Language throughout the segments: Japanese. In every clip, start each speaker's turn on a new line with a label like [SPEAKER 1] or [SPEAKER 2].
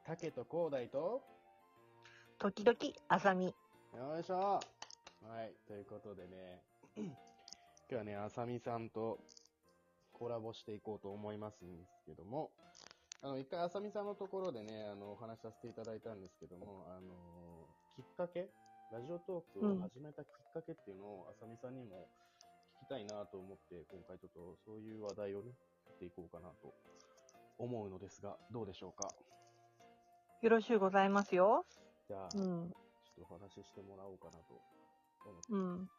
[SPEAKER 1] 竹と広大と、
[SPEAKER 2] 時々、あさみ。
[SPEAKER 1] よいしょ。はい、ということでね、今日はね、あさみさんとコラボしていこうと思いますんですけども、一回あさみさんのところでね、お話しさせていただいたんですけども、きっかけ、ラジオトークを始めたきっかけっていうのを、あさみさんにも聞きたいなと思って、今回ちょっとそういう話題をね、やっていこうかなと思うのですが、どうでしょうか。
[SPEAKER 2] よろしゅうございますよ。
[SPEAKER 1] じゃあ、ち
[SPEAKER 2] うん。
[SPEAKER 1] ょっとお話ししてもらおうかなと思って
[SPEAKER 2] うん。
[SPEAKER 1] はい。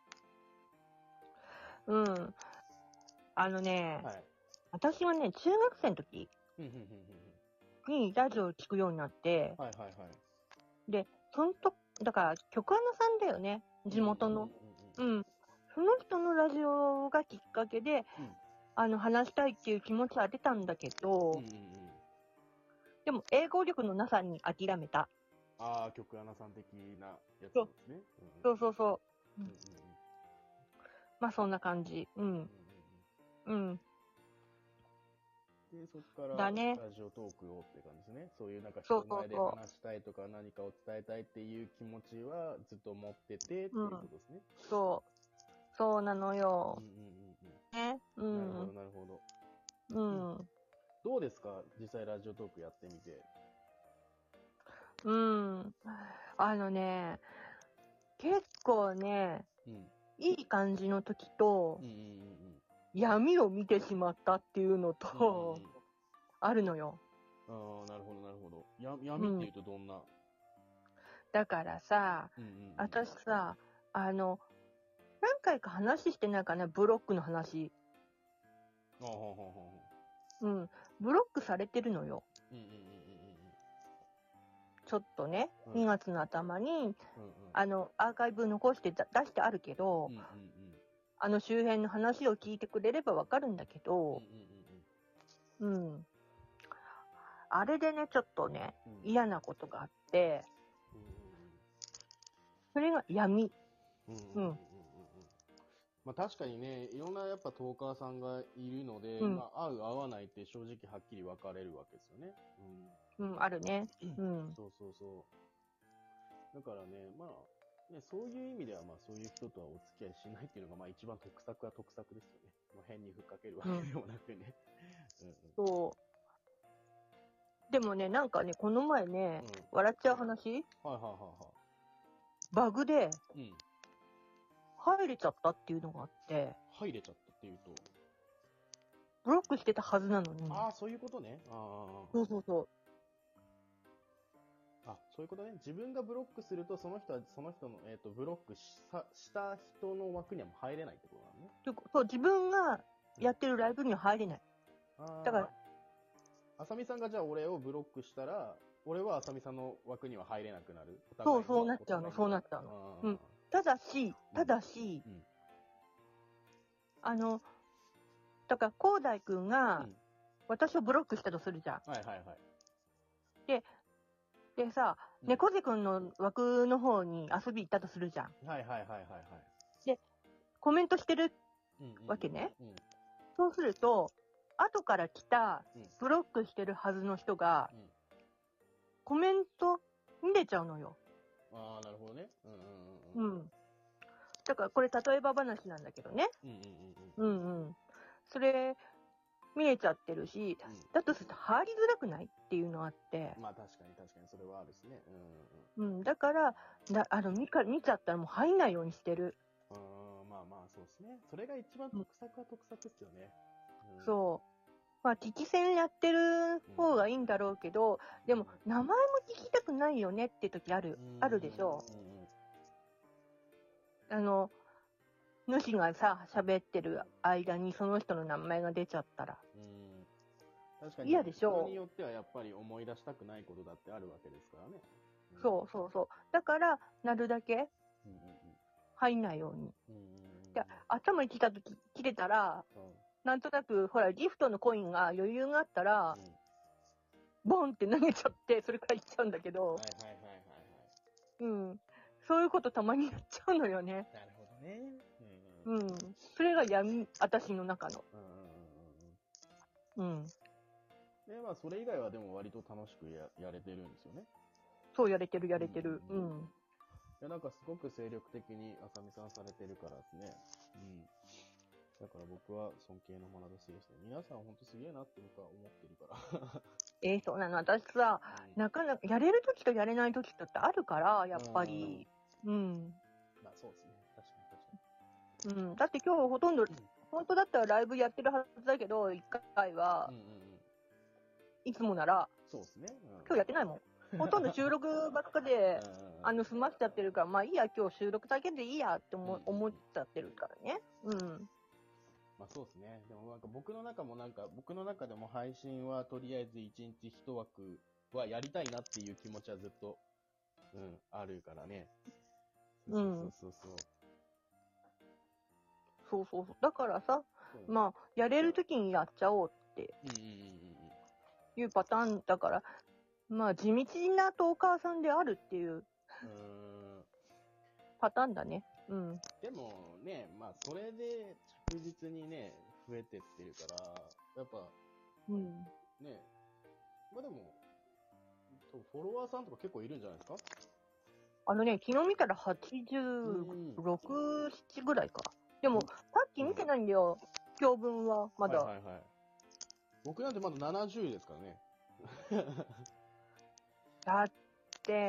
[SPEAKER 2] うん。
[SPEAKER 1] はい。
[SPEAKER 2] 私はね、中学生の時
[SPEAKER 1] ふんふんふんふん
[SPEAKER 2] にラジオを聞くようになって、
[SPEAKER 1] はいはいはい。
[SPEAKER 2] で、だから、局アナさんだよね。地元の。うん。その人のラジオがきっかけで、話したいっていう気持ちは出たんだけど、でも、英語力のなさに諦めた。
[SPEAKER 1] ああ、局アナさん的なやつですね。
[SPEAKER 2] そうそうそう。
[SPEAKER 1] うんうんうん
[SPEAKER 2] まあ、そんな感じ。うん。うん。
[SPEAKER 1] で、そっから
[SPEAKER 2] だね。
[SPEAKER 1] ラジオトークをって感じですね。そういうなんか
[SPEAKER 2] そう
[SPEAKER 1] 人前で
[SPEAKER 2] そう
[SPEAKER 1] 話したいとか何かを伝えたいっていう気持ちはずっと持っててっていうことですね。
[SPEAKER 2] そう。そうなのよ。ね。
[SPEAKER 1] なるほど、なるほど。
[SPEAKER 2] うん。
[SPEAKER 1] どうですか実際ラジオトークやってみて。
[SPEAKER 2] うん。結構ね、いい感じの時と、闇を見てしまったっていうのと、あるのよ。
[SPEAKER 1] ああ、なるほど、なるほど。闇って言うとどんな、
[SPEAKER 2] だからさ、私さ、何回か話してないかな、ブロックの話。うん。ブロックされてるのよ。ちょっとね、2月の頭に、アーカイブ残して出してあるけど、周辺の話を聞いてくれればわかるんだけど、あれでね、ちょっとね、嫌なことがあって、それが闇。
[SPEAKER 1] まあ確かにね、いろんなやっぱトーカーさんがいるので、まあ合う合わないって正直はっきり分かれるわけですよね。
[SPEAKER 2] あるね。
[SPEAKER 1] そうそうそう。だからね、まあ、ね、そういう意味ではまあそういう人とはお付き合いしないっていうのがまあ一番得策は得策ですよね。まあ、変にふっかけるわけでもなくね。
[SPEAKER 2] そう。でもね、なんかね、この前ね、笑っちゃう話バグで、入れちゃったっていうのがあって。
[SPEAKER 1] 入れちゃったっていうと。
[SPEAKER 2] ブロックしてたはずなのに。
[SPEAKER 1] ああ、そういうことね。
[SPEAKER 2] そうそうそう。
[SPEAKER 1] あ、そういうことね。自分がブロックすると、その人は、その人の、ブロックした人の枠にはもう入れないってことなのね。
[SPEAKER 2] そう、自分がやってるライブには入れない。だから、
[SPEAKER 1] あさみさんがじゃあ俺をブロックしたら、俺はあさみさんの枠には入れなくなる。
[SPEAKER 2] そうなっちゃうの、そうなっちゃうの。ただし、だから、広大くんが、私をブロックしたとするじゃん。でさ、猫背くんの枠の方に遊び行ったとするじゃん。で、コメントしてるわけね。そうすると、後から来た、ブロックしてるはずの人が、コメント見れちゃうのよ。
[SPEAKER 1] ああ、なるほどね。
[SPEAKER 2] だからこれ例えば話なんだけどね。それ、見えちゃってるし、だとすると入りづらくないっていうのあって。
[SPEAKER 1] まあ確かにそれはあるしね。
[SPEAKER 2] だから、見ちゃったらもう入んないようにしてる。
[SPEAKER 1] まあまあそうですね。それが一番得策は得策ですよね。
[SPEAKER 2] そう。まあ、聞き戦やってる方がいいんだろうけど、でも、名前も聞きたくないよねって時あるでしょ。主がさ、喋ってる間にその人の名前が出ちゃったら。
[SPEAKER 1] 確かに。
[SPEAKER 2] 嫌でしょ。
[SPEAKER 1] 人によってはやっぱり思い出したくないことだってあるわけですからね。
[SPEAKER 2] そう。だから、なるだけ、入んないように。で、頭に来た時、切れたら、なんとなく、ほら、ギフトのコインが余裕があったら、ボンって投げちゃって、それから行っちゃうんだけど。そういうことたまにやっちゃうのよね。
[SPEAKER 1] なるほどね。
[SPEAKER 2] それが闇、私の中の。
[SPEAKER 1] まあ、それ以外はでも割と楽しくやれてるんですよね。
[SPEAKER 2] そう、やれてる。うん。
[SPEAKER 1] いや、なんかすごく精力的にあさみさんされてるからですね。うん。だから僕は尊敬の眼差しですね。皆さんほんとすげえなって僕は思ってるから。
[SPEAKER 2] そうなの。私さ、なかなか、やれるときとやれないときとってあるから、やっぱり。うん。
[SPEAKER 1] まあそうですね。確かに。
[SPEAKER 2] うん。だって今日ほとんど、本当だったらライブやってるはずだけど、1回は、いつもなら、
[SPEAKER 1] そうですね。
[SPEAKER 2] 今日やってないもん。ほとんど収録ばっかで、済ましちゃってるから、まあいいや、今日収録だけでいいやって思っちゃってるからね。うん。
[SPEAKER 1] まあそうですね。でもなんか僕の中でも配信はとりあえず1日1枠はやりたいなっていう気持ちはずっと、あるからね。そうそう。
[SPEAKER 2] そう。だからさ、まあ、やれるときにやっちゃおうっていうパターンだから、まあ地道なトーカーさんであるっていうパターンだね。うん。
[SPEAKER 1] でもね、まあそれで着実にね、増えてってるから、やっぱ、ね、まあでも、フォロワーさんとか結構いるんじゃないですか？
[SPEAKER 2] 昨日見たら86、7ぐらいか。でも、さっき見てないんだよ。今日分は、まだ。
[SPEAKER 1] 僕なんてまだ70ですからね。
[SPEAKER 2] だって、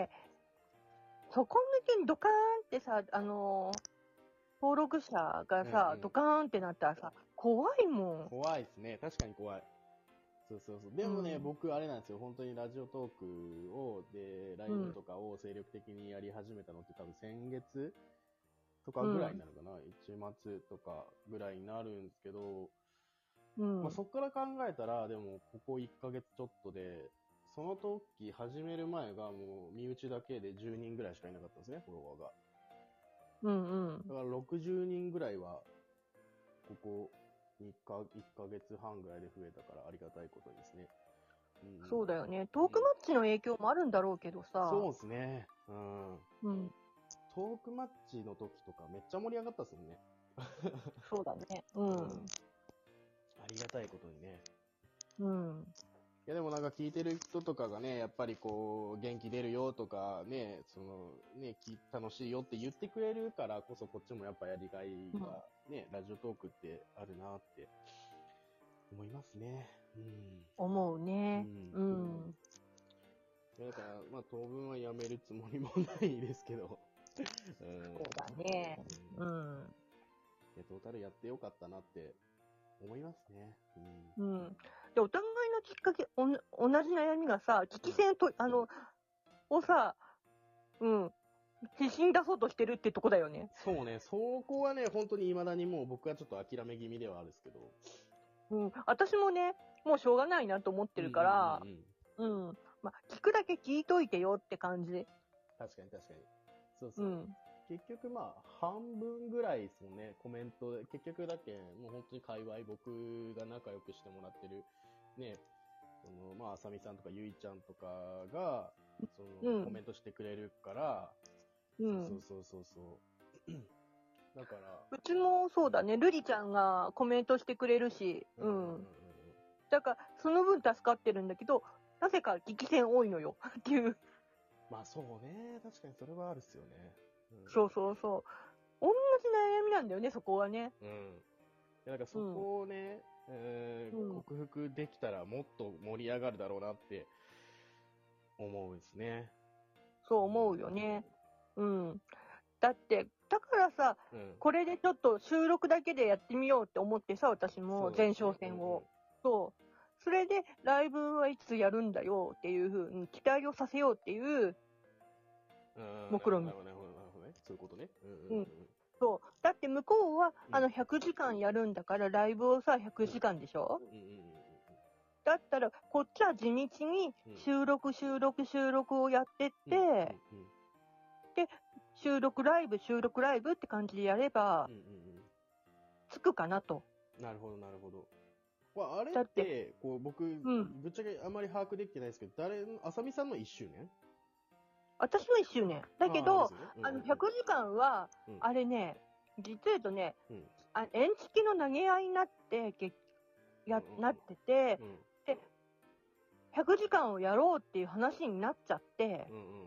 [SPEAKER 2] そこ向けにドカーンってさ、登録者がさ、ドカーンってなったらさ、怖いもん。
[SPEAKER 1] 怖いですね。確かに怖い。そう。でもね、僕あれなんですよ。本当にラジオトークを、で、ライブとかを精力的にやり始めたのって多分先月とかぐらいになるかな。1月とかぐらいになるんですけど、まあそっから考えたら、でもここ1ヶ月ちょっとで、その時始める前がもう身内だけで10人ぐらいしかいなかったんですね、フォロワーが。だから60人ぐらいは、ここ1ヶ月半ぐらいで増えたからありがたいことですね。
[SPEAKER 2] そうだよね。トークマッチの影響もあるんだろうけどさ。
[SPEAKER 1] そうですね。トークマッチの時とかめっちゃ盛り上がったっすもんね。
[SPEAKER 2] そうだね。
[SPEAKER 1] ありがたいことにね。
[SPEAKER 2] い
[SPEAKER 1] やでもなんか聞いてる人とかがね、やっぱりこう、元気出るよとかね、楽しいよって言ってくれるからこそこっちもやっぱやりがいがね、ラジオトークってあるなって思いますね。
[SPEAKER 2] 思うね。
[SPEAKER 1] だから、まあ当分はやめるつもりもないですけど。
[SPEAKER 2] そうだね。
[SPEAKER 1] トータルやってよかったなって思いますね。
[SPEAKER 2] で、お互いのきっかけ、同じ悩みがさ、危機戦と、をさ、必死に出そうとしてるってとこだよね。
[SPEAKER 1] そうね、そこはね、本当に未だにもう僕はちょっと諦め気味ではあるんですけど。
[SPEAKER 2] 私もね、もうしょうがないなと思ってるから、まあ、聞くだけ聞いといてよって感じ。
[SPEAKER 1] 確かに。そう。結局まあ、半分ぐらいですもんね、コメントで。結局だけ、もう本当に界隈、僕が仲良くしてもらってる、ね、まあ、あさみさんとかゆいちゃんとかが、コメントしてくれるから、そう。だから。
[SPEAKER 2] うちもそうだね、ルリちゃんがコメントしてくれるし、だから、その分助かってるんだけど、なぜか激戦多いのよ、っていう。
[SPEAKER 1] まあそうね、確かにそれはあるっすよね。
[SPEAKER 2] そう。同じ悩みなんだよね、そこはね。
[SPEAKER 1] なんかそこをね、克服できたらもっと盛り上がるだろうなって思うんですね。
[SPEAKER 2] そう思うよね。だって、だからさ、これでちょっと収録だけでやってみようって思ってさ、私も前哨戦を。それで、ライブはいつやるんだよっていう風に期待をさせようっていう目論見。
[SPEAKER 1] なるほどね。そういうことね。
[SPEAKER 2] そう。だって向こうは、100時間やるんだから、ライブをさ、100時間でしょ？だったら、こっちは地道に収録をやってって、で、収録ライブって感じでやれば、つくかなと。
[SPEAKER 1] なるほど。あれって、こう、僕、ぶっちゃけあんまり把握できてないですけど、あさみさんの1周年？
[SPEAKER 2] 私は1周年。だけど、100時間は、あれね、実言うとね、延期の投げ合いになって、なってて、で、 100時間をやろうっていう話になっちゃって、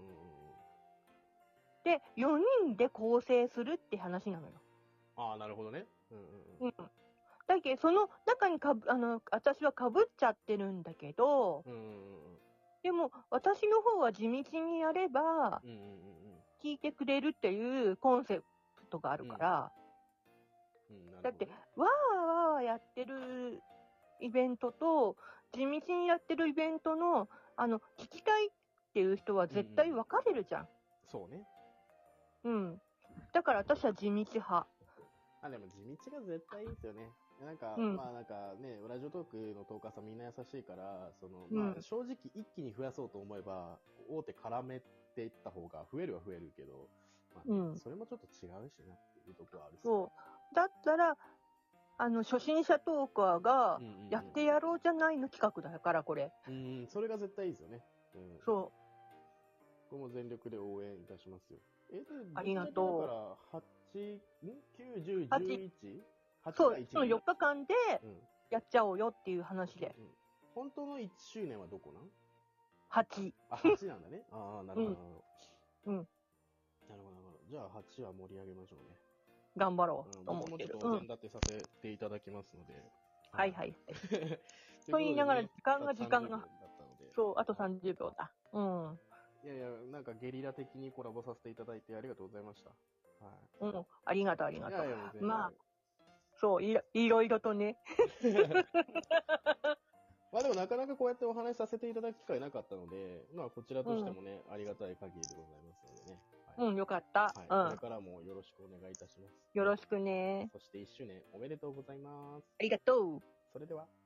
[SPEAKER 2] で、4人で構成するって話なのよ。
[SPEAKER 1] ああ、なるほどね。
[SPEAKER 2] だけど、その中に私は被っちゃってるんだけど、でも、私の方は地道にやれば、聞いてくれるっていうコンセプトがあるから、だって、わーわーやってるイベントと、地道にやってるイベントの、聞きたいっていう人は絶対分かれるじゃん。
[SPEAKER 1] そうね。
[SPEAKER 2] だから私は地道派。
[SPEAKER 1] でも地道が絶対いいですよね。なんか、まあなんかね、ラジオトークのトーカーさんみんな優しいから、まあ正直一気に増やそうと思えば、大手絡めていった方が増えるは増えるけど、まあそれもちょっと違うしなっていうところはある。
[SPEAKER 2] そう。だったら、初心者トーカーが、やってやろうじゃないの企画だから、これ。
[SPEAKER 1] それが絶対いいですよね。
[SPEAKER 2] そう。
[SPEAKER 1] ここも全力で応援いたしますよ。
[SPEAKER 2] ありがとう。
[SPEAKER 1] だから、8、9、10、11?
[SPEAKER 2] そう、その4日間で、やっちゃおうよっていう話で。
[SPEAKER 1] 本当の1周年はどこなん
[SPEAKER 2] ?8。
[SPEAKER 1] 8なんだね。ああ、なるほど。なるほど、なるほど。じゃあ8は盛り上げましょうね。
[SPEAKER 2] 頑張ろうと思ってる。
[SPEAKER 1] 僕もちょっとお膳立てさせていただきますので。
[SPEAKER 2] はいはい。と言いながら時間が。そう、あと30秒だ。
[SPEAKER 1] いやいや、なんかゲリラ的にコラボさせていただいてありがとうございました。
[SPEAKER 2] ありがとう、ありがとう。まあ、そう、いろいろとね。
[SPEAKER 1] まあでもなかなかこうやってお話しさせていただく機会なかったので、まあこちらとしてもね、ありがたい限りでございますのでね。
[SPEAKER 2] よかった。
[SPEAKER 1] これからもよろしくお願いいたします。
[SPEAKER 2] よろしくね。
[SPEAKER 1] そして1周年おめでとうございます。
[SPEAKER 2] ありがとう。
[SPEAKER 1] それでは。